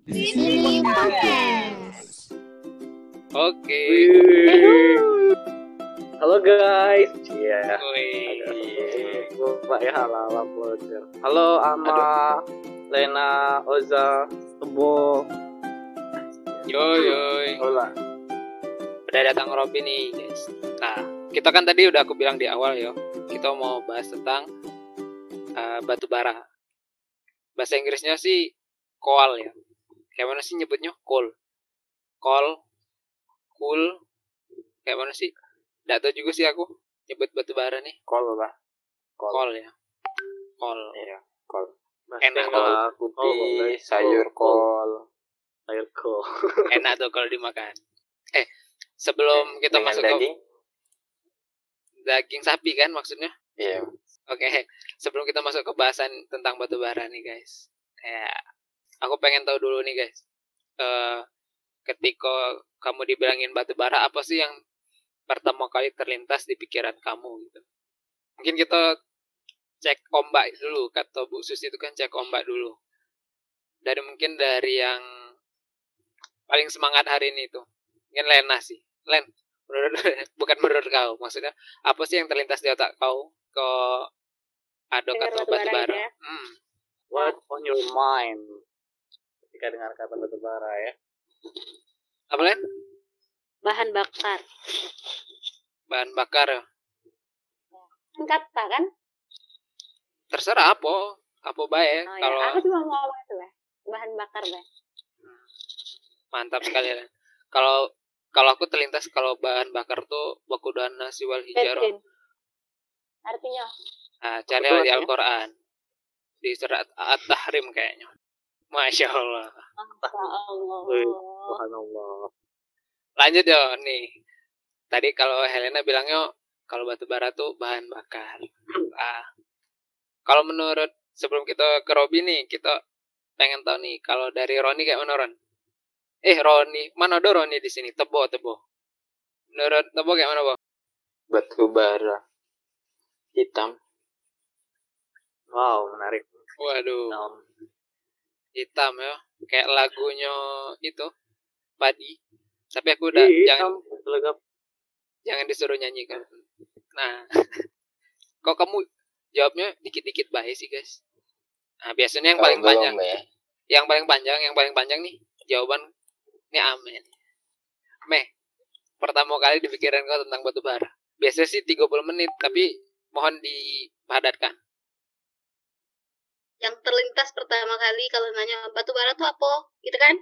Di sini podcast. Oke. Halo guys. Iya. Wih. Lupa ya halal bocor. Halo Ama, Lena, Oza, Tebo. Yoy. Hola. Udah datang Robby nih, guys. Nah, kita kan tadi udah aku bilang di awal yo. Kita mau bahas tentang batu bara. Bahasa Inggrisnya sih coal ya. Kayak mana sih nyebutnya? Coal. Cool. Kayak mana sih? Nggak tahu juga sih aku nyebut batu bara nih. Kol lah. Coal ya. Coal. Iya, kol. Enak kol. Kopi, sayur kol. Sayur kol. Enak tuh kalau dimakan. Sebelum kita Dengan masuk daging? ke daging sapi kan maksudnya? Iya. Oke, sebelum kita masuk ke bahasan tentang batu bara nih guys, ya, aku pengen tahu dulu nih guys, ketika kamu dibilangin batu bara, apa sih yang pertama kali terlintas di pikiran kamu gitu? Mungkin kita cek ombak dulu, kata Bu Sus itu kan cek ombak dulu. Mungkin dari yang paling semangat hari ini tuh, mungkin Lena sih, bukan menurut kau, maksudnya apa sih yang terlintas di otak kau ke ada kata batu bara? Ya? What on your mind ketika dengar kata batu bara ya? Apa Len? Bahan bakar. Bahan bakar ya? Kata kan? Terserah apa baik. Oh, Kalau ya. Aku cuma mau ngomong itu lah. Bahan bakar lah. mantap sekali Len. Kalau aku terlintas kalau bahan bakar tuh bakudan nasi wal hijrah. Bensin. Artinya? Cari di Al-Quran. Di surat At-Tahrim kayaknya. Masya Allah. Subhanallah. Lanjut ya nih. Tadi kalau Helena bilangnya kalau batu bara tuh bahan bakar. Kalau menurut sebelum kita ke Robby nih, kita pengen tahu nih kalau dari Roni kayak mana Ron? Roni, mana ada Roni di sini? Tebo. Menurut Tebo kayak mana, Bo? Batu bara hitam. Wow, menarik. Waduh. Hitam ya. Kayak lagunya itu Padi. Tapi aku udah jangan disuruh nyanyikan. Nah, kok kamu jawabnya dikit-dikit baik sih, guys. Nah, biasanya yang paling panjang. Ya. Yang paling panjang nih jawaban ini amin. Pertama kali di pikiran kau tentang batu bara. Biasanya sih 30 menit, tapi mohon dipadatkan. Yang terlintas pertama kali kalau nanya batu bara tuh apa? Gitu kan?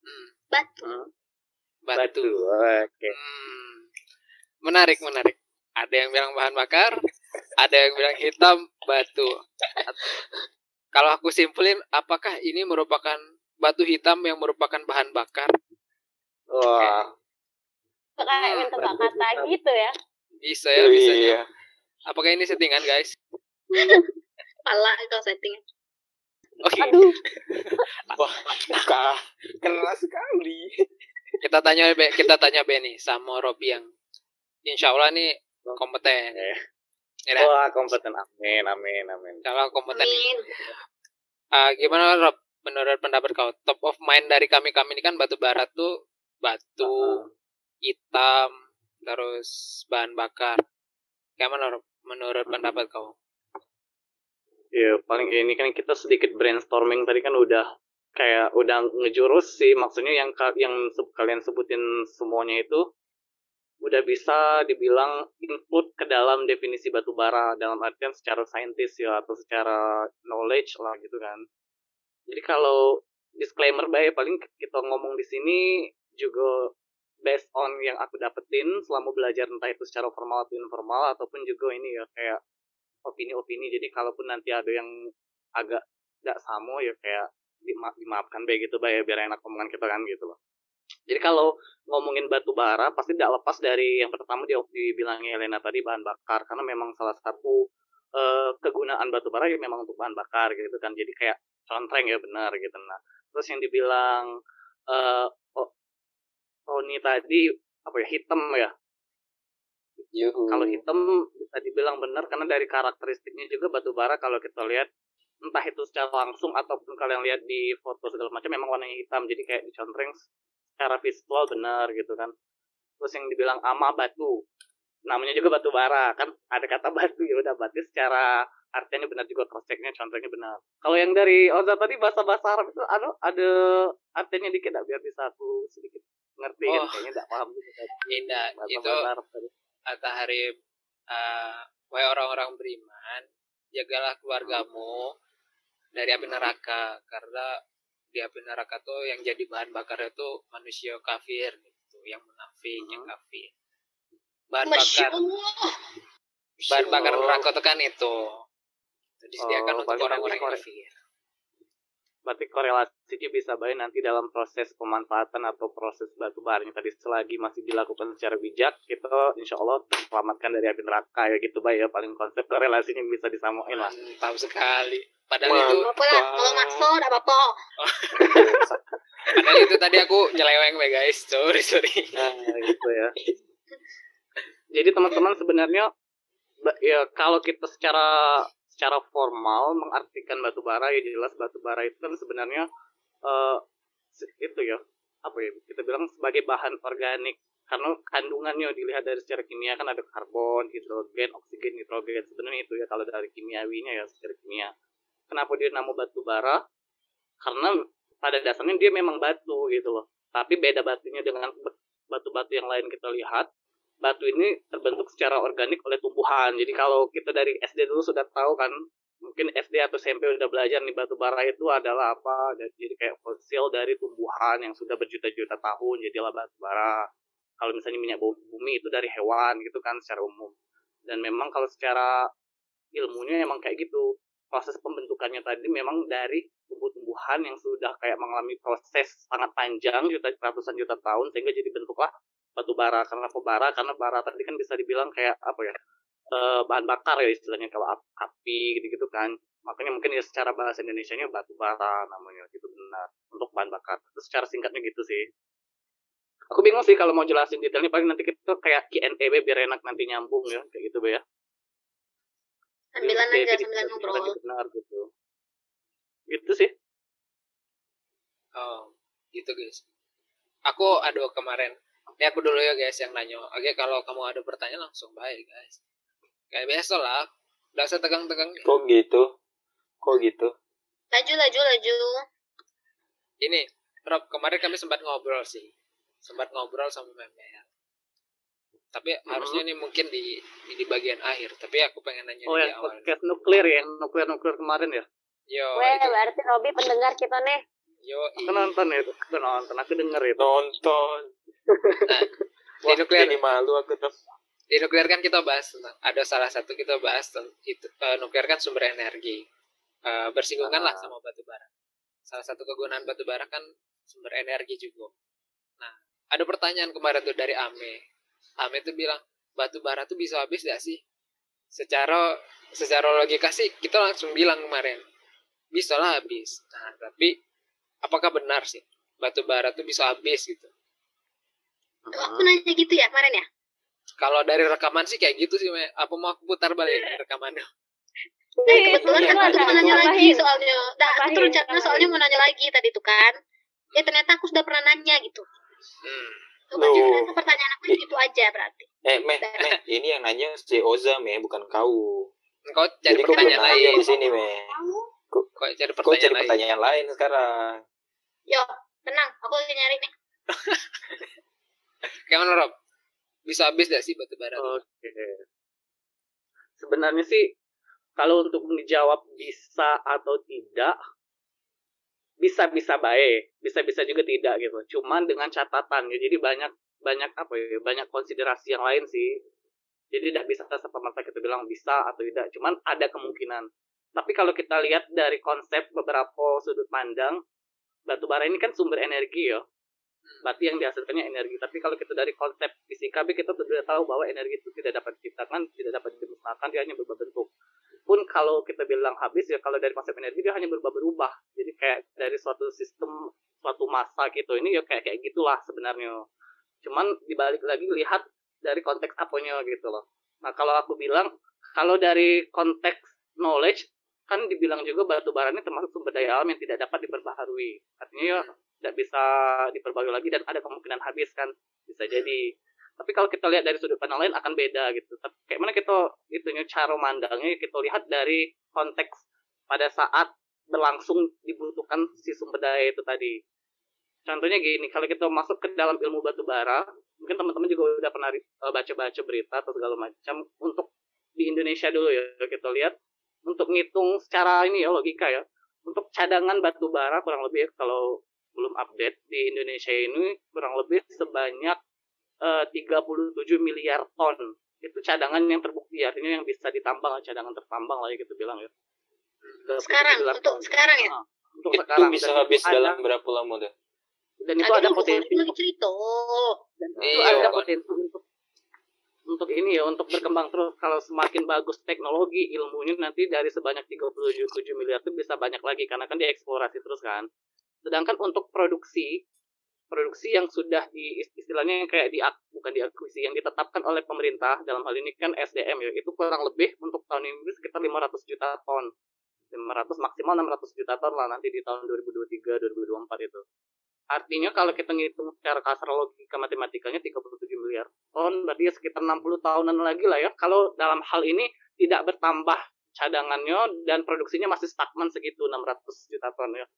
Batu. Oke. Menarik. Ada yang bilang bahan bakar, ada yang bilang hitam, batu. Kalau aku simpulin, apakah ini merupakan batu hitam yang merupakan bahan bakar? Wah. Kayak main tebak kata gitu ya? Bisa ya, bisanya. Apakah ini settingan, guys? Pala kau setting. Oke. Aduh. Wah, keras sekali. Kita tanya Benny sama Robby yang insya Allah nih kompeten. Ya, wah, kompeten. Amin. Insya Allah kompeten. Gimana Rob? Menurut pendapat kau, top of mind dari kami ini kan batu bara tuh batu hitam, terus bahan bakar. Gimana Rob? Menurut pendapat kau? Ya, paling ini kan kita sedikit brainstorming tadi kan udah ngejurus sih, maksudnya yang kalian sebutin semuanya itu udah bisa dibilang input ke dalam definisi batu bara dalam artian secara saintis ya atau secara knowledge lah gitu kan. Jadi kalau disclaimer paling kita ngomong di sini juga based on yang aku dapetin selama belajar entah itu secara formal atau informal ataupun juga ini ya kayak opini-opini. Jadi kalaupun nanti ada yang agak gak sama ya kayak dimaafkan gitu biar enak omongan kita kan gitu loh. Jadi kalau ngomongin batu bara pasti tidak lepas dari yang pertama dibilangnya Elena tadi bahan bakar, karena memang salah satu kegunaan batu bara ya memang untuk bahan bakar gitu kan. Jadi kayak contreng ya benar gitu. Nah, terus yang dibilang Roni tadi apa ya, hitam ya. Kalau hitam bisa dibilang benar karena dari karakteristiknya juga batu bara kalau kita lihat entah itu secara langsung ataupun kalian lihat di foto segala macam memang warnanya hitam, jadi kayak dicontreng secara visual benar gitu kan. Terus yang dibilang ama batu, namanya juga batu bara kan, ada kata batu, ya udah berarti secara artinya benar juga, cross-checknya contrengnya benar. Kalau yang dari Oza tadi bahasa Arab itu ada artinya dikit nggak, biar bisa aku sedikit ngerti kan, kayaknya nggak paham juga tadi. Tidak, itu Bahasa Arab tadi. At-Tahrim, wahai orang-orang beriman, jagalah keluargamu dari api neraka, karena di api neraka tuh yang jadi bahan bakarnya tuh manusia kafir gitu, yang munafik, yang kafir. Bahan Masya bakar Allah. bahan bakar neraka tuh kan itu disediakan untuk berarti orang-orang nanti kafir. berarti korelasinya bisa baik nanti dalam proses pemanfaatan atau proses batu baranya tadi, selagi masih dilakukan secara bijak, kita insya Allah terselamatkan dari api neraka ya gitu baik ya, paling konsep korelasinya bisa disamain lah. Mantap sekali. Padahal itu Apa lah, kalau makso enggak apa-apa. padahal itu tadi aku nyeleweng guys. Sorry. Nah, gitu ya. Jadi teman-teman sebenarnya ya kalau kita secara formal mengartikan batu bara, ya jelas batu bara itu kan sebenarnya itu ya apa ya, kita bilang sebagai bahan organik, karena kandungannya dilihat dari secara kimia kan ada karbon, hidrogen, oksigen, nitrogen, sebenarnya itu ya kalau dari kimiawinya ya, secara kimia. Kenapa dia nama batu bara? Karena pada dasarnya dia memang batu gitu loh, tapi beda batunya dengan batu-batu yang lain. Kita lihat batu ini terbentuk secara organik oleh tumbuhan. Jadi kalau kita dari SD dulu sudah tahu kan, mungkin SD atau SMP udah belajar nih, batu bara itu adalah apa, jadi kayak fosil dari tumbuhan yang sudah berjuta-juta tahun, jadilah batu bara. Kalau misalnya minyak bumi itu dari hewan gitu kan secara umum. Dan memang kalau secara ilmunya memang kayak gitu, proses pembentukannya tadi memang dari tumbuh-tumbuhan yang sudah kayak mengalami proses sangat panjang, ratusan juta tahun, sehingga jadi bentuklah batu bara. Karena apa bara? Karena bara tadi kan bisa dibilang kayak apa ya, bahan bakar ya istilahnya, kalau api gitu-gitu kan. Makanya mungkin ya secara bahasa Indonesianya batu bara namanya gitu, benar, untuk bahan bakar. Itu secara singkatnya gitu sih. Aku bingung sih kalau mau jelasin detailnya, paling nanti kita kayak Q&A biar enak nanti nyambung ya, kayak gitu ya. Sambilan aja, sambilan ngobrol. Benar gitu. Gitu sih. Oh, gitu guys. Aku kemarin. Ini aku dulu ya guys yang nanya. Oke, kalau kamu ada pertanyaan langsung baik guys. Kayak biasa lah. Udah usah tegang-tegang. Kok gitu? Laju. Ini, Rob, kemarin kami sempat ngobrol sih. Sempat ngobrol sama Memel. Tapi harusnya ini mungkin di bagian akhir. Tapi aku pengen nanya Oh, di yang awal. podcast nuklir ya, nuklir kemarin ya. Yo, Weh, itu. berarti Robi pendengar kita nih. Yo, Aku nonton itu, aku denger itu. Nonton. Di nuklir. Jadi malu aku tuh. Di nuklir kan kita bahas tentang, ada salah satu kita bahas itu, nuklir kan sumber energi, bersinggungan lah sama batu bara. Salah satu kegunaan batu bara kan sumber energi juga. Nah, ada pertanyaan kemarin tuh dari Ame tuh bilang, batu bara tuh bisa habis gak sih? Secara logika sih kita langsung bilang kemarin, bisa lah habis. Nah, tapi apakah benar sih batu bara tuh bisa habis gitu? Aku nanya gitu ya kemarin ya? Kalau dari rekaman sih kayak gitu sih, apa mau aku putar balik rekamannya? Kebetulan Iya, aku mau nanya lagi tambahin. soalnya. Nah, aku tuh rencana soalnya mau nanya lagi tadi tuh kan. Ya ternyata aku sudah pernah nanya gitu. Tuh kan, ternyata pertanyaan aku itu aja berarti. Meh, ini yang nanya si Oza, bukan kau. Kau cari Jadi kau belum pertanyaan nanya lain. di sini, Meh. Kau cari Kau cari pertanyaan lain. pertanyaan lain sekarang. Yo, tenang, aku lagi nyari nih. Gimana Rob? Bisa habis gak sih batu bara? Oke. Sebenarnya sih kalau untuk menjawab bisa atau tidak, bisa baik, bisa juga tidak gitu. Cuman dengan catatan ya. Jadi banyak apa ya? Banyak konsiderasi yang lain sih. Jadi tidak bisa serta-merta kita bilang bisa atau tidak. Cuman ada kemungkinan. Tapi kalau kita lihat dari konsep beberapa sudut pandang, batu bara ini kan sumber energi ya. Berarti yang dihasilkannya energi. Tapi kalau kita dari konsep fisika, kita sudah tahu bahwa energi itu tidak dapat diciptakan, tidak dapat dimusnahkan, dia hanya berubah bentuk. Pun kalau kita bilang habis ya, kalau dari konsep energi dia hanya berubah. Jadi kayak dari suatu sistem, suatu massa gitu. Ini ya kayak gitulah sebenarnya. Cuman dibalik lagi lihat dari konteks apanya gitu loh. Nah kalau aku bilang, kalau dari konteks knowledge, kan dibilang juga batu bara ini termasuk sumber daya alam yang tidak dapat diperbaharui. Artinya ya tidak bisa diperbarui lagi dan ada kemungkinan habis kan, bisa jadi. Tapi kalau kita lihat dari sudut pandang lain akan beda gitu. Tapi kayak mana kita cara mandangnya, kita lihat dari konteks pada saat berlangsung dibutuhkan si sumber daya itu tadi. Contohnya gini, kalau kita masuk ke dalam ilmu batu bara, mungkin teman-teman juga udah pernah baca-baca berita atau segala macam. Untuk di Indonesia dulu ya, kita lihat untuk ngitung secara ini ya, logika ya, untuk cadangan batu bara kurang lebih kalau belum update di Indonesia ini kurang lebih sebanyak 37 miliar ton. Itu cadangan yang terbukti, artinya yang bisa ditambang, cadangan tertambang lah ya kita bilang ya. Sekarang, untuk sekarang ya? Untuk itu sekarang. bisa habis dalam berapa lama tuh? Dan itu ada potensi lagi cerita. Dan itu ada potensi untuk ini ya, untuk berkembang terus. Kalau semakin bagus teknologi ilmunya, nanti dari sebanyak 37 miliar itu bisa banyak lagi karena kan dieksplorasi terus kan. Sedangkan untuk produksi yang sudah istilahnya kayak bukan diakuisisi, yang ditetapkan oleh pemerintah, dalam hal ini kan SDM ya, itu kurang lebih untuk tahun ini sekitar 500 juta ton. 500 maksimal 600 juta ton lah nanti di tahun 2023 2024 itu. Artinya kalau kita ngitung secara kasar logika matematikanya 37 miliar ton, berarti ya sekitar 60 tahunan lagi lah ya, kalau dalam hal ini tidak bertambah cadangannya dan produksinya masih stagnan segitu 600 juta ton ya.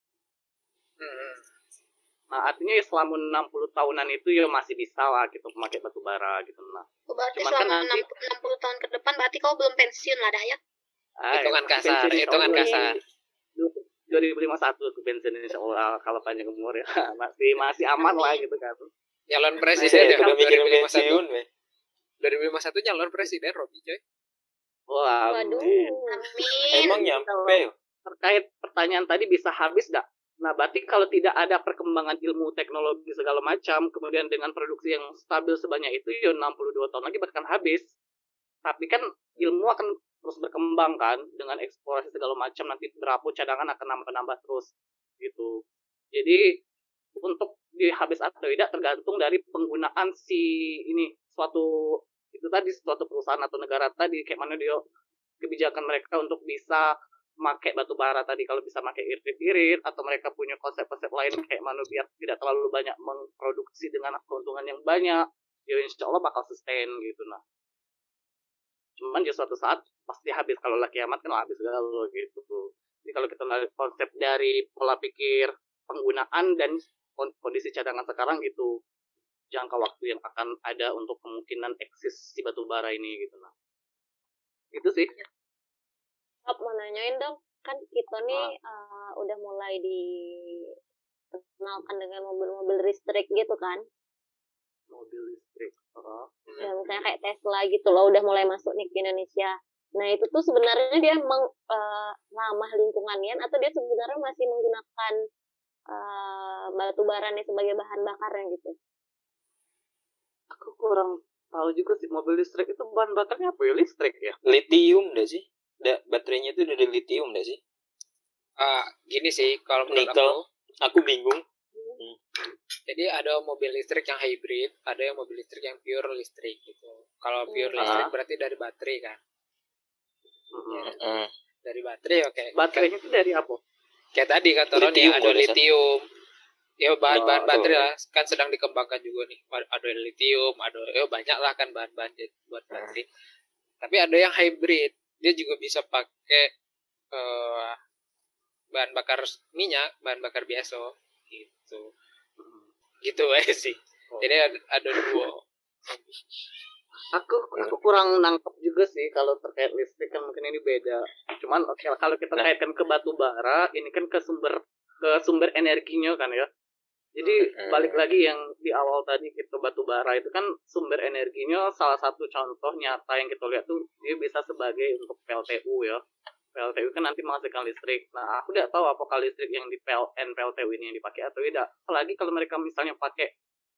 Nah, artinya ya selama 60 tahunan itu ya masih bisa lah gitu memakai batu bara gitu. Nah, berarti selama kan 60 tahun ke depan berarti kau belum pensiun lah, ya? Hitungan kasar. 2051 ke pensiun insya Allah kalau panjang umur ya. masih aman lah gitu kan. Nyalon presiden ya, udah mikir pensiun, 2051 nyalon presiden Robi coy. Wah, waduh, amin. Emang nyampe ya? Terkait pertanyaan tadi bisa habis nggak? Nah, berarti kalau tidak ada perkembangan ilmu teknologi segala macam, kemudian dengan produksi yang stabil sebanyak itu, ya 62 tahun lagi bahkan habis. Tapi kan ilmu akan terus berkembang kan, dengan eksplorasi segala macam, nanti berapa cadangan akan nambah-nambah terus gitu. Jadi untuk dihabis atau tidak tergantung dari penggunaan suatu perusahaan atau negara tadi, kayak mana dia kebijakan mereka untuk bisa pakai batu bara tadi, kalau bisa pakai irit-irit, atau mereka punya konsep-konsep lain kayak mana biar tidak terlalu banyak memproduksi dengan keuntungan yang banyak, ya insya Allah bakal sustain gitu. Nah, cuman di suatu saat pasti habis, kalau lah kiamat kan habis galau gitu. Jadi kalau kita lihat konsep dari pola pikir penggunaan dan kondisi cadangan sekarang gitu, jangka waktu yang akan ada untuk kemungkinan eksis si batu bara ini gitu. Nah, itu sih. Mau nanyain dong, kan kita nih udah mulai dikenalkan dengan mobil-mobil listrik gitu kan? Mobil listrik. Ya, misalnya kayak Tesla gitu loh, udah mulai masuk nih ke Indonesia. Nah itu tuh sebenarnya dia ramah lingkungannya, atau dia sebenarnya masih menggunakan batu bara nih sebagai bahan bakarnya gitu? Aku kurang tahu juga sih, mobil listrik itu bahan bakarnya apa ya? Listrik ya? Litium dah sih. Baterainya itu udah dari litium dah sih. Gini sih kalau menurut Nikel. Aku bingung. Jadi ada mobil listrik yang hybrid, ada yang mobil listrik yang pure listrik gitu. Kalau pure listrik berarti dari baterai kan. Dari baterai oke. Baterainya itu dari apa? Kayak tadi kata Roni ada litium. Ya bahan-bahan baterai lah, kan sedang dikembangkan juga nih. Ada litium, ada banyak lah kan bahan-bahan buat baterai. Tapi ada yang hybrid. Dia juga bisa pakai bahan bakar minyak, bahan bakar biasa gitu aja sih. Jadi ada dua. Aku kurang nangkep juga sih kalau terkait listrik, kan mungkin ini beda. Cuman kalau kita kaitkan ke batu bara, ini kan ke sumber energinya kan ya. Jadi balik lagi yang di awal tadi, kita batu bara itu kan sumber energinya, salah satu contoh nyata yang kita lihat tuh dia bisa sebagai untuk PLTU ya. PLTU kan nanti menghasilkan listrik. Nah, aku tidak tahu apakah listrik yang di PLN PLTU ini yang dipakai atau tidak. Apalagi kalau mereka misalnya pakai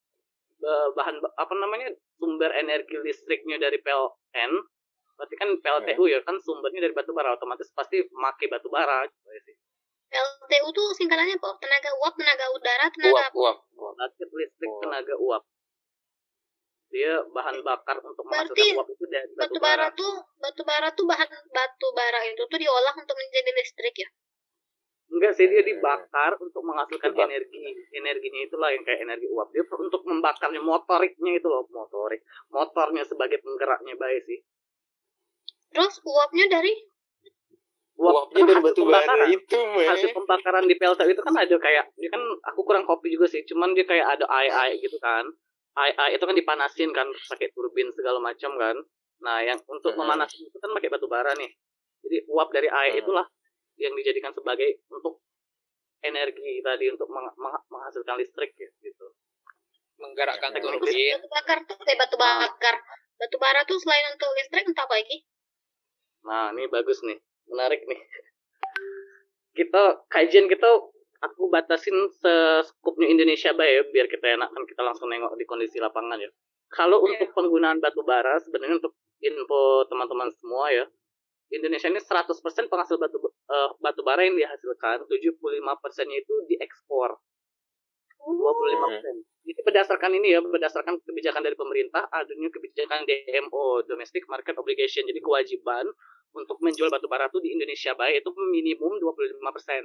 sumber energi listriknya dari PLN, berarti kan PLTU ya kan sumbernya dari batu bara, otomatis pasti memakai batu bara gitu sih. PLTU tuh singkatannya apa? Tenaga uap, tenaga udara, tenaga uap. Pembangkit listrik tenaga uap. Dia bahan bakar untuk menghasilkan Berarti uap itu dari batu batu bara bara. tuh bahan batu bara itu tuh diolah untuk menjadi listrik ya. Enggak sih, dia dibakar untuk menghasilkan Dibak- energi. Energinya itulah yang kayak energi uap. Dia untuk membakarnya, motoriknya itu loh, motornya sebagai penggeraknya baik sih. Terus uapnya dari Uapnya kan dari hasil batu bara pembakaran. itu, Hasil pembakaran di PLTU itu kan ada kayak, dia kan aku kurang kopi juga sih, cuman dia kayak ada air gitu kan. Air itu kan dipanasin kan pakai turbin segala macam kan. Nah, yang untuk memanasin itu kan pakai batu bara nih. Jadi uap dari air itulah yang dijadikan sebagai untuk energi tadi untuk menghasilkan listrik ya gitu. Menggerakkan Nah, turbin. batu bakar tuh batu bakar. Batu bara tuh selain untuk listrik entah apa lagi. Nah, ini bagus nih. Menarik nih. Kajian kita aku batasin se-skupnya Indonesia ya, biar kita enak kan kita langsung nengok di kondisi lapangan ya. Kalau untuk penggunaan batu bara, sebenarnya untuk info teman-teman semua ya, Indonesia ini 100% penghasil batu bara yang dihasilkan, 75%-nya itu diekspor. 25%. Itu berdasarkan berdasarkan kebijakan dari pemerintah, adanya kebijakan DMO, Domestic Market Obligation. Jadi kewajiban untuk menjual batu bara itu di Indonesia baik itu minimum 25%.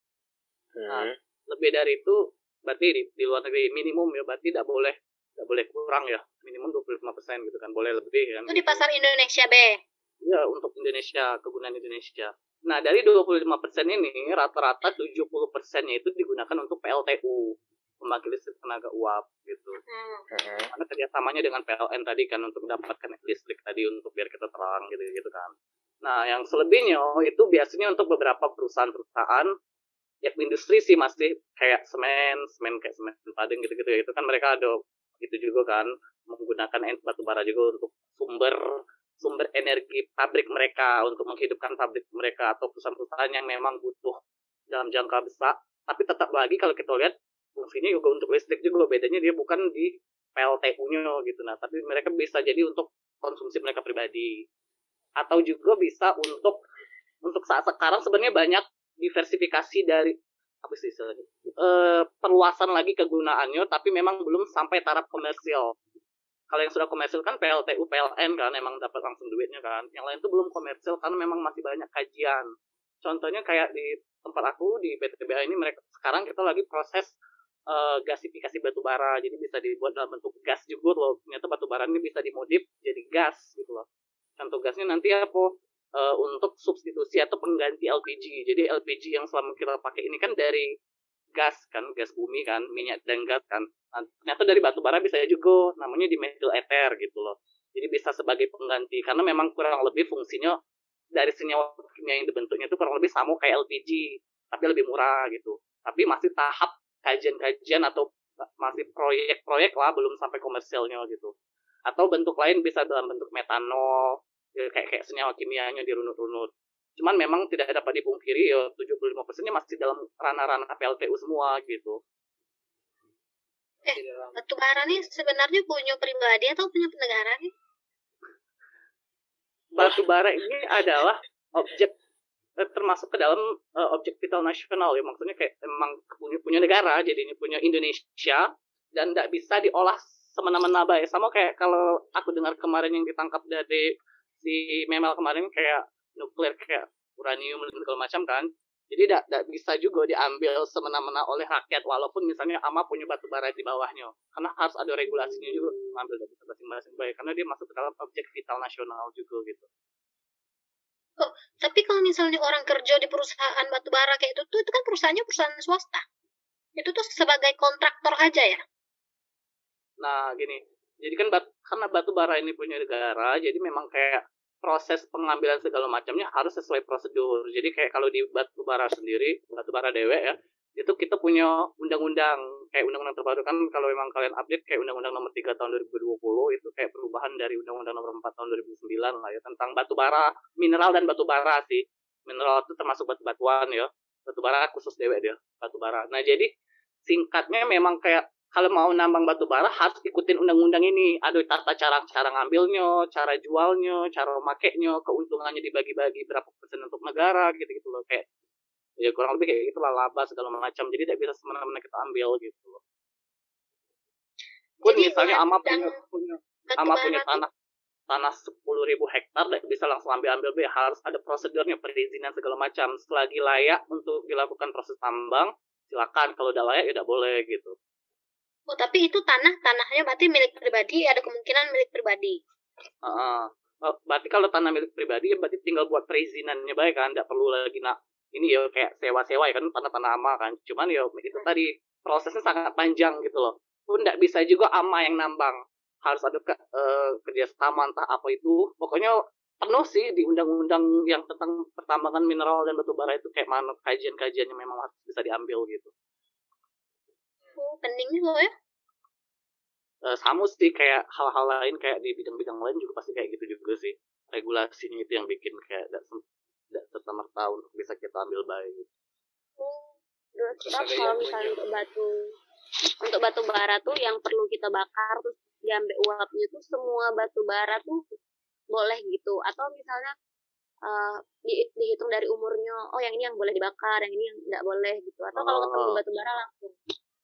Nah, lebih dari itu berarti di luar negeri minimum ya, berarti tidak boleh kurang ya, minimum 25% gitu kan, boleh lebih kan. Itu di pasar Indonesia, Be. Ya, untuk Indonesia, kegunaan Indonesia. Nah, dari 25% ini rata-rata 70%-nya itu digunakan untuk PLTU, pembangkit listrik tenaga uap gitu. Karena kerjasamanya dengan PLN tadi kan untuk mendapatkan listrik tadi untuk biar kita terang gitu kan. Nah, yang selebihnya itu biasanya untuk beberapa perusahaan ya industri sih masih kayak semen kayak semen Padang gitu-gitu ya. Itu kan mereka ada itu juga kan menggunakan batu bara juga untuk sumber energi pabrik mereka, untuk menghidupkan pabrik mereka atau perusahaan-perusahaan yang memang butuh dalam jangka besar. Tapi tetap lagi kalau kita lihat fungsinya juga untuk listrik juga, bedanya dia bukan di PLTU-nya gitu. Nah, tapi mereka bisa jadi untuk konsumsi mereka pribadi. Atau juga bisa untuk saat sekarang sebenarnya banyak diversifikasi dari apa sih istilahnya, perluasan lagi kegunaannya, tapi memang belum sampai taraf komersial. Kalau yang sudah komersial kan PLTU, PLN kan emang dapat langsung duitnya kan. Yang lain itu belum komersial karena memang masih banyak kajian. Contohnya kayak di tempat aku di PTBA ini, mereka sekarang kita lagi proses gasifikasi batu bara. Jadi bisa dibuat dalam bentuk gas juga loh. Ternyata batu bara ini bisa dimodif jadi gas gitu loh. Contoh gasnya nanti apa? Untuk substitusi atau pengganti LPG. Jadi LPG yang selama kita pakai ini kan dari gas kan, gas bumi kan, minyak dan gas kan. Nah, ternyata dari batu bara bisa juga, namanya dimethyl ether gitu loh. Jadi bisa sebagai pengganti karena memang kurang lebih fungsinya dari senyawa kimia yang dibentuknya itu kurang lebih sama kayak LPG, tapi lebih murah gitu. Tapi masih tahap kajian-kajian atau masih proyek-proyek lah, belum sampai komersialnya gitu. Atau bentuk lain bisa dalam bentuk metanol, ya, kayak senyawa kimianya dirunut-runut. Cuman memang tidak dapat dipungkiri ya 75%-nya masih dalam ranah-ranah PLTU semua gitu. Batu bara nih sebenarnya punya pribadi atau punya negara nih? Batu bara ini adalah objek termasuk ke dalam objek vital nasional ya, maksudnya kayak emang punya negara, jadi ini punya Indonesia dan tidak bisa diolah semena-mena baik. Sama kayak kalau aku dengar kemarin yang ditangkap dari si Memel kemarin kayak nuklir, kayak uranium dan segala macam kan. Jadi tidak bisa juga diambil semena-mena oleh rakyat walaupun misalnya AMA punya batu bara di bawahnya. Karena harus ada regulasinya juga mengambil dari masing-masing baik, karena dia masuk ke dalam objek vital nasional juga gitu. Oh, tapi kalau misalnya orang kerja di perusahaan batu bara kayak itu kan perusahaannya perusahaan swasta. Itu tuh sebagai kontraktor aja ya? Nah, gini. Jadi kan karena batu bara ini punya negara, jadi memang kayak proses pengambilan segala macamnya harus sesuai prosedur. Jadi kayak kalau di batu bara sendiri, batu bara dewe ya, itu kita punya undang-undang, kayak undang-undang terbaru kan kalau memang kalian update kayak undang-undang nomor 3 tahun 2020 itu kayak perubahan dari undang-undang nomor 4 tahun 2009 lah ya, tentang batu bara, mineral dan batu bara sih. Mineral itu termasuk batu-batuan ya. Batu bara khusus dewe dia, batu bara. Nah, jadi singkatnya memang kayak kalau mau nambang batu bara harus ikutin undang-undang ini. Ada tata cara ngambilnya, cara jualnya, cara makainya, keuntungannya dibagi-bagi berapa persen untuk negara gitu-gitu loh. Kayak ya kurang lebih kayak gitulah, laba segala macam. Jadi tidak bisa semena-mena kita ambil gitu loh. Pun Jadi misalnya AMA punya Batu ama punya bara tuh. tanah 10.000 hektar nggak bisa langsung ambil harus ada prosedurnya, perizinan segala macam. Selagi layak untuk dilakukan proses tambang, silakan. Kalau udah layak ya udah boleh gitu. Oh, tapi itu tanahnya berarti milik pribadi, ada kemungkinan milik pribadi. Berarti kalau tanah milik pribadi ya berarti tinggal buat perizinannya baik kan, nggak perlu lagi ini ya kayak sewa-sewa ya kan, tanah-tanah ama kan. Cuman ya itu tadi prosesnya sangat panjang gitu loh. Pun nggak bisa juga ama yang nambang, harus ada kerjasama entah apa itu. Pokoknya penuh sih di undang-undang yang tentang pertambangan mineral dan batu bara itu kayak mana kajian-kajiannya memang harus bisa diambil gitu. Oh, penting juga ya. Sama sih kayak hal-hal lain kayak di bidang-bidang lain juga pasti kayak gitu juga sih, regulasinya itu yang bikin kayak tidak serta-merta untuk bisa kita ambil baik. Terus kalau misalnya untuk batu bara tuh yang perlu kita bakar terus diambil uapnya tuh semua batu bara tuh boleh gitu, atau misalnya dihitung dari umurnya, oh yang ini yang boleh dibakar, yang ini yang nggak boleh gitu, atau kalau ketemu batu bara langsung.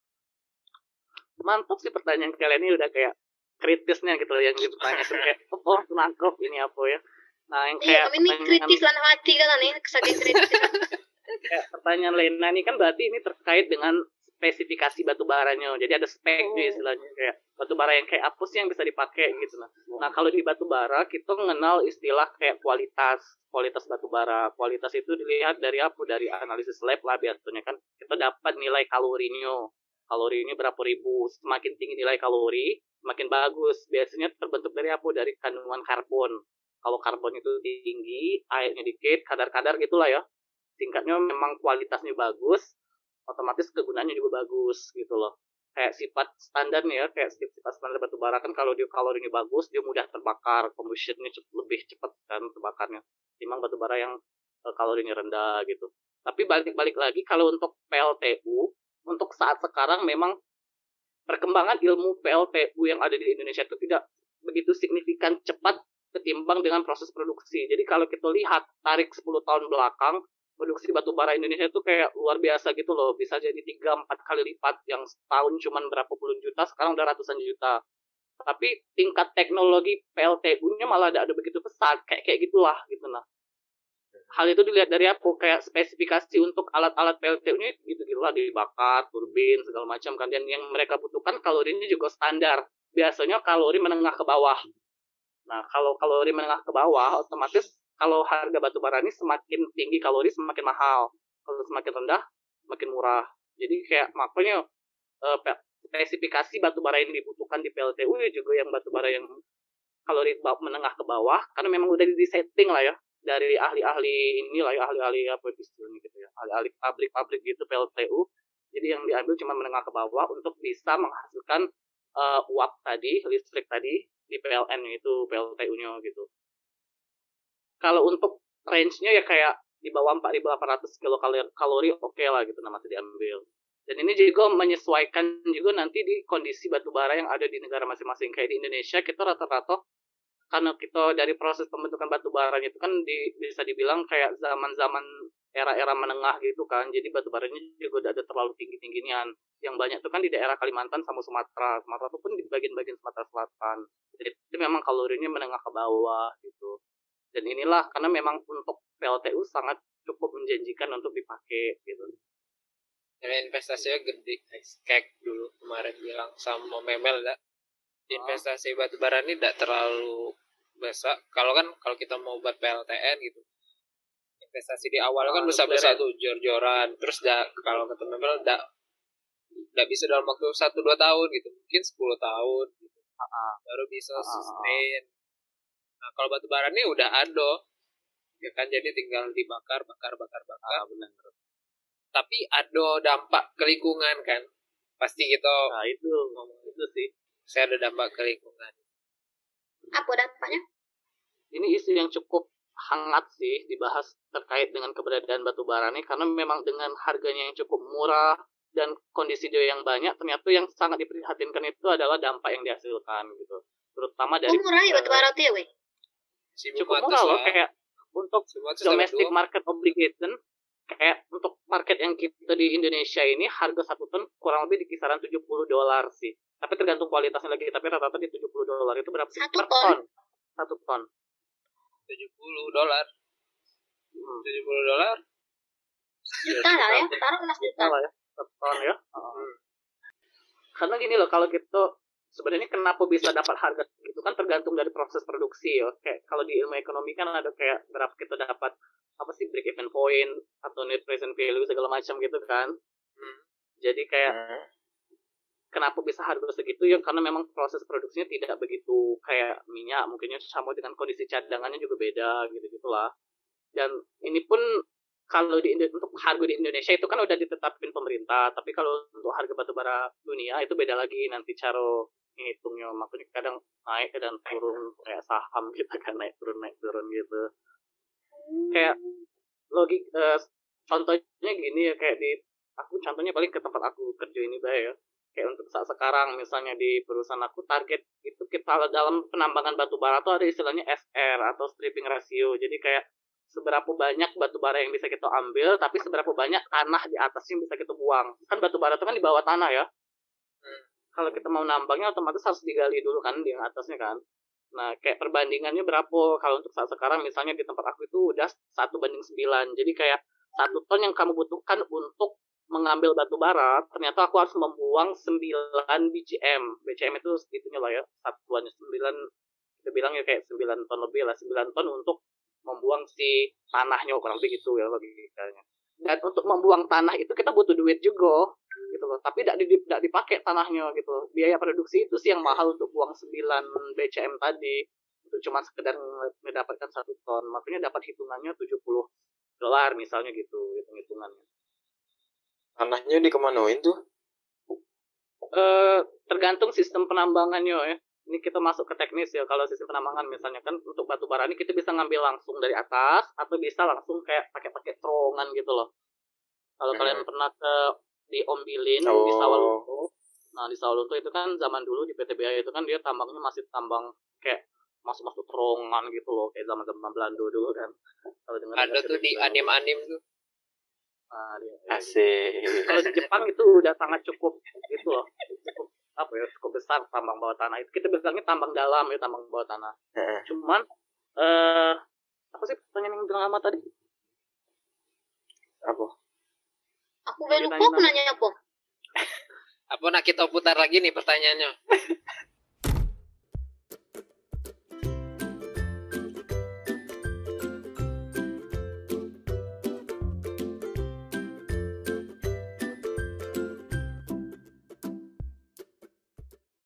Mantap sih pertanyaan kalian ini, udah kayak kritisnya gitu yang ditanya kayak nangkep ini apa ya. Nah yang kayak kami ini kritis lan hati kan nih, saking kritis. Kayak pertanyaan Lena ini kan berarti ini terkait dengan spesifikasi batu baranya. Jadi ada speknya istilahnya, kayak batu bara yang kayak apa sih yang bisa dipakai gitu. Nah kalau di batu bara kita mengenal istilah kayak kualitas batu bara. Kualitas itu dilihat dari apa? Dari analisis lab lah biasanya kan. Kita dapat nilai kalorinya. Kalorinya berapa ribu. Semakin tinggi nilai kalori, semakin bagus. Biasanya terbentuk dari apa? Dari kandungan karbon. Kalau karbon itu tinggi, airnya dikit, kadar-kadar gitulah ya. Singkatnya memang kualitasnya bagus, otomatis kegunaannya juga bagus gitu loh. Kayak sifat standarnya ya, kayak sifat standar batu bara kan kalau dia kalorinya bagus, dia mudah terbakar, combustionnya lebih cepat kan terbakarnya. Timbang batu bara yang kalorinya rendah gitu. Tapi balik lagi kalau untuk PLTU, untuk saat sekarang memang perkembangan ilmu PLTU yang ada di Indonesia itu tidak begitu signifikan cepat ketimbang dengan proses produksi. Jadi kalau kita lihat tarik 10 tahun belakang, produksi batu bara Indonesia itu kayak luar biasa gitu loh, bisa jadi 3-4 kali lipat, yang setahun cuman berapa puluh juta, sekarang udah ratusan juta. Tapi tingkat teknologi PLTU-nya malah ada begitu pesat, kayak gitulah gitu. Nah, hal itu dilihat dari apa? Kayak spesifikasi untuk alat-alat PLTU-nya gitu-gitu lah, dibakar, turbin, segala macam kan. Dan yang mereka butuhkan kalorinya juga standar. Biasanya kalori menengah ke bawah. Nah, kalau kalori menengah ke bawah, otomatis kalau harga batu bara ini semakin tinggi kalori semakin mahal. Kalau semakin rendah, semakin murah. Jadi kayak makanya spesifikasi batu bara yang dibutuhkan di PLTU juga yang batu bara yang kalori menengah ke bawah, karena memang udah di-setting lah ya dari ahli-ahli inilah ya, ahli-ahli apa istilahnya gitu ya, ahli-ahli pabrik-pabrik gitu PLTU. Jadi yang diambil cuma menengah ke bawah untuk bisa menghasilkan uap tadi, listrik tadi di PLN itu PLTU-nya gitu. Kalau untuk range-nya ya kayak di bawah 4.800 kilokalori oke lah gitu, nah masih diambil. Dan ini juga menyesuaikan juga nanti di kondisi batu bara yang ada di negara masing-masing. Kayak di Indonesia kita rata-rata, karena kita dari proses pembentukan batu baranya itu kan bisa dibilang kayak zaman-zaman era-era menengah gitu kan. Jadi batu baranya juga udah ada terlalu tinggi-tinggian. Yang banyak itu kan di daerah Kalimantan sama Sumatera. Sumatera itu pun di bagian-bagian Sumatera Selatan. Jadi itu memang kalorinya menengah ke bawah gitu. Dan inilah karena memang untuk PLTU sangat cukup menjanjikan untuk dipakai gitu. Dan investasinya gede, kayak dulu kemarin bilang sama Memel dah. Investasi batu bara ini tidak terlalu besar. Kalau kita mau buat PLTN gitu, investasi di awal kan besar-besar tuh, jor-joran. Terus kalau kata Memel tidak bisa dalam waktu 1-2 tahun gitu, mungkin 10 tahun gitu. Baru bisa sustain. Nah kalau batu bara ini udah ada, ya kan, jadi tinggal dibakar. Benar. Tapi ada dampak ke lingkungan kan, pasti kita itu sih. Saya ada dampak ke lingkungan. Apa dampaknya? Ini isu yang cukup hangat sih dibahas terkait dengan keberadaan batu bara nih, karena memang dengan harganya yang cukup murah dan kondisi dia yang banyak, ternyata yang sangat diprihatinkan itu adalah dampak yang dihasilkan gitu. Terutama dari murah ya batu bara tuh ya, cukup murah loh, kayak untuk domestic market obligation, kayak untuk market yang kita di Indonesia ini harga 1 ton kurang lebih di kisaran $70 sih. Tapi tergantung kualitasnya lagi. Tapi rata-rata di $70 itu berapa sih? 1 Per ton? ton. 1 ton. $70. $70. Juta lah ya, taruhlah juta. Salah ya, 1 ton ya. Karena gini loh, kalau gitu sebenarnya kenapa bisa dapat harga gitu kan tergantung dari proses produksi ya. Kayak kalau di ilmu ekonomi kan ada kayak berapa kita dapat apa sih break even point atau net present value segala macam gitu kan. Jadi kayak kenapa bisa harga segitu ya karena memang proses produksinya tidak begitu kayak minyak, mungkinnya sama dengan kondisi cadangannya juga beda gitu-gitulah. Dan ini pun kalau untuk harga di Indonesia itu kan udah ditetapin pemerintah, tapi kalau untuk harga batubara dunia itu beda lagi nanti cara ngitungnya, makanya kadang naik kadang turun kayak saham gitu kan, naik turun gitu. Kayak contohnya gini ya, kayak contohnya paling ke tempat aku kerja ini ya. Kayak untuk saat sekarang misalnya di perusahaan aku target itu kita dalam penambangan batu bara tuh ada istilahnya SR atau stripping ratio. Jadi kayak seberapa banyak batu bara yang bisa kita ambil, tapi seberapa banyak tanah di atasnya yang bisa kita buang. Kan batu bara itu kan di bawah tanah ya. Kalau kita mau nambangnya otomatis harus digali dulu kan di atasnya kan. Nah, kayak perbandingannya berapa? Kalau untuk saat sekarang misalnya di tempat aku itu udah 1:9. Jadi kayak 1 ton yang kamu butuhkan untuk mengambil batu bara, ternyata aku harus membuang 9 BCM. BCM itu segitunya lah ya, satuannya 9, kita bilang ya kayak 9 ton lebih lah, 9 ton untuk membuang si tanahnya, kurang lebih gitu ya logikanya. Dan untuk membuang tanah itu kita butuh duit juga gitu loh, tapi tidak dipakai tanahnya gitu. Biaya produksi itu sih yang mahal untuk buang 9 BCM tadi, untuk cuma sekedar mendapatkan 1 ton. Makanya dapat hitungannya $70 misalnya gitu, hitungannya. Tanahnya dikemanain tuh? Tergantung sistem penambangannya ya. Ini kita masuk ke teknis ya. Kalau sistem penambangan misalnya kan untuk batu bara ini kita bisa ngambil langsung dari atas atau bisa langsung kayak pakai terowongan gitu loh. Kalau kalian pernah di Ombilin di Sawalunto. Nah, di Sawalunto itu kan zaman dulu di PTBA itu kan dia tambangnya masih tambang kayak masuk terowongan gitu loh, kayak zaman-zaman Belanda dulu kan. Kalau ada tuh di anim-anim tuh. Nah, asik. Kalau di Jepang itu udah sangat cukup gitu loh. Cukup besar tambang bawah tanah itu. Kita bilangnya tambang dalam ya, tambang bawah tanah. Cuman apa sih pertanyaan yang bilang lama tadi? Apa? Aku lupa aku nanya apa. Apa nak kita putar lagi nih pertanyaannya?